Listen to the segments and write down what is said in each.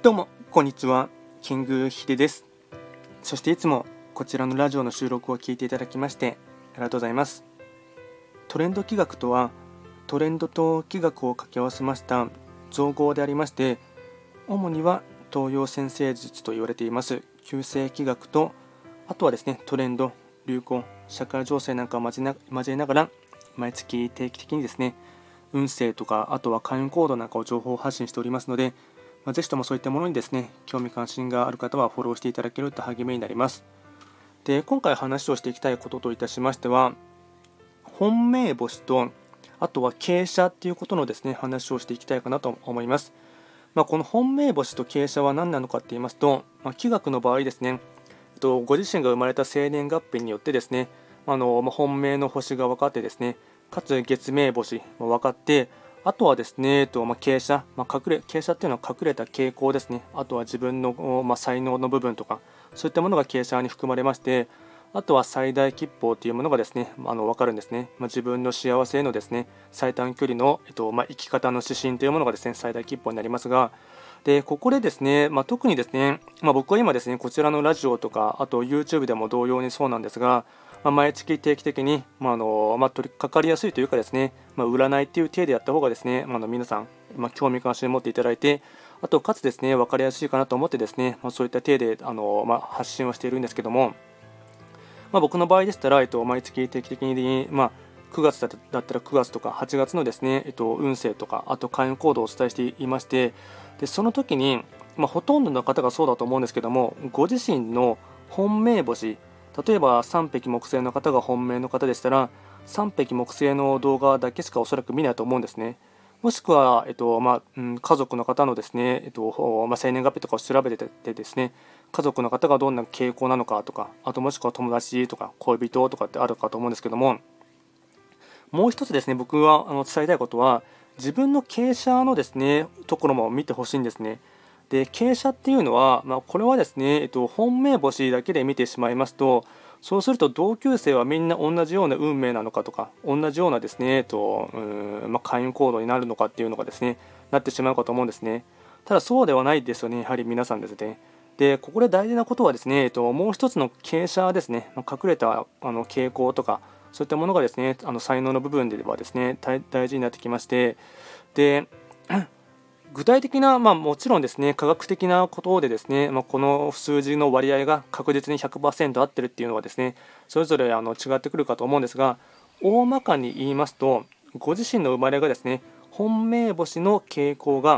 どうもこんにちは、キングヒデです。そしていつもこちらのラジオの収録を聞いていただきましてありがとうございます。トレンド企画とは、トレンドと企画を掛け合わせました造語でありまして、主には東洋占星術と言われています旧世紀学と、あとはですね、トレンド、流行、社会情勢なんかを交えながら、毎月定期的にですね、運勢とか、あとは開運行動なんかを情報発信しておりますので、ぜひともそういったものにですね、興味関心がある方はフォローしていただけると励みになります。で、今回話をしていきたいことといたしましては、本命星と、あとは傾斜っていうことのですね、話をしていきたいかなと思います。この本命星と傾斜は何なのかって言いますと、気学の場合ですね、ご自身が生まれた生年月日によってですね、本命の星が分かってですね、かつ月命星も分かって、あとはですね、傾斜、傾斜っていうのは隠れた傾向ですね。あとは自分の、才能の部分とか、そういったものが傾斜に含まれまして、あとは最大吉報というものがですね、分かるんですね。自分の幸せへのですね、最短距離の、生き方の指針というものがですね、最大吉報になりますが、で、ここでですね、特にですね、僕は今ですね、こちらのラジオとか、あと YouTube でも同様にそうなんですが、毎月定期的に、取り掛かりやすいというかですね、占いっていう体でやった方がですね、皆さん、興味関心を持っていただいて、あとかつですね、分かりやすいかなと思ってですね、そういった体で発信をしているんですけども、僕の場合でしたら、毎月定期的に、9月だったら9月とか8月のですね、運勢とか、あと開運行動をお伝えしていまして、でその時に、ほとんどの方がそうだと思うんですけども、ご自身の本命星、例えば三匹木星の方が本命の方でしたら、三匹木星の動画だけしかおそらく見ないと思うんですね。もしくは、家族の方のですね、生年月日とかを調べてですね、家族の方がどんな傾向なのかとか、あともしくは友達とか恋人とかってあるかと思うんですけども、もう一つですね、僕は伝えたいことは、自分の傾斜のですね、ところも見てほしいんですね。で、傾斜っていうのは、これはですね、本命星だけで見てしまいますと、そうすると同級生はみんな同じような運命なのかとか、同じようなですね、開運行動になるのかっていうのがですね、なってしまうかと思うんですね。ただそうではないですよね、やはり皆さんですね。で、ここで大事なことはですね、もう一つの傾斜ですね、隠れた傾向とか、そういったものがですね、才能の部分ではですね、大事になってきまして、で、具体的な、もちろんですね、科学的なことでですね、この数字の割合が確実に 100% 合ってるっていうのはですね、それぞれ違ってくるかと思うんですが、大まかに言いますと、ご自身の生まれがですね、本命星の傾向が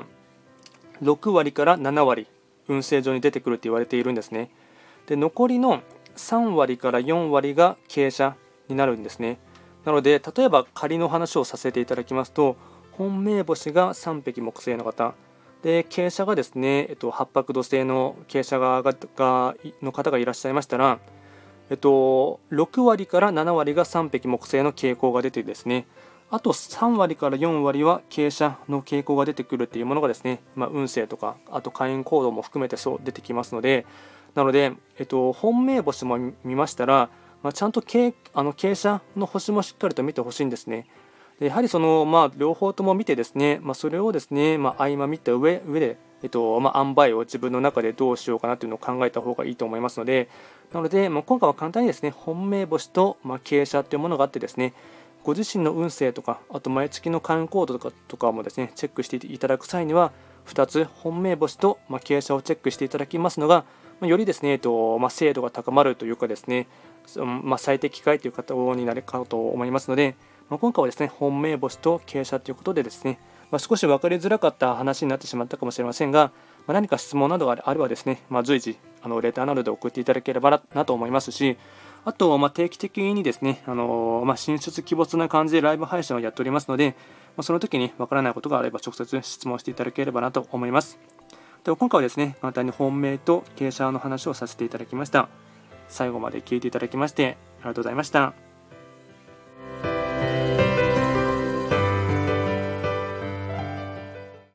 6割から7割、運勢上に出てくると言われているんですね。で、残りの3割から4割が傾斜になるんですね。なので、例えば仮の話をさせていただきますと、本命星が3匹木星の方で、傾斜がですね、八白土星の傾斜の方がいらっしゃいましたら、6割から7割が3匹木星の傾向が出てですね、あと3割から4割は傾斜の傾向が出てくるっていうものがですね、運勢とか、あと開運行動も含めてそう出てきますので、なので、本命星も見ましたら、ちゃんと傾斜の星もしっかりと見てほしいんですね。でやはり両方とも見てですね、それをですね、合間見た上で、塩梅を自分の中でどうしようかなというのを考えた方がいいと思いますので、なので、今回は簡単にですね、本命星と、傾斜というものがあってですね、ご自身の運勢とか、あと毎月の開運行動とかもですね、チェックしていただく際には、2つ本命星と、傾斜をチェックしていただきますのが、よりですね、精度が高まるというかですね、最適解という方になるかと思いますので、今回はですね、本命星と傾斜ということでですね、少し分かりづらかった話になってしまったかもしれませんが、何か質問などがあればですね、随時レターなどで送っていただければなと思いますし、あと、定期的にですね、進出鬼没な感じでライブ配信をやっておりますので、その時に分からないことがあれば直接質問していただければなと思います。では今回はですね、簡単に本命と傾斜の話をさせていただきました。最後まで聞いていただきましてありがとうございました。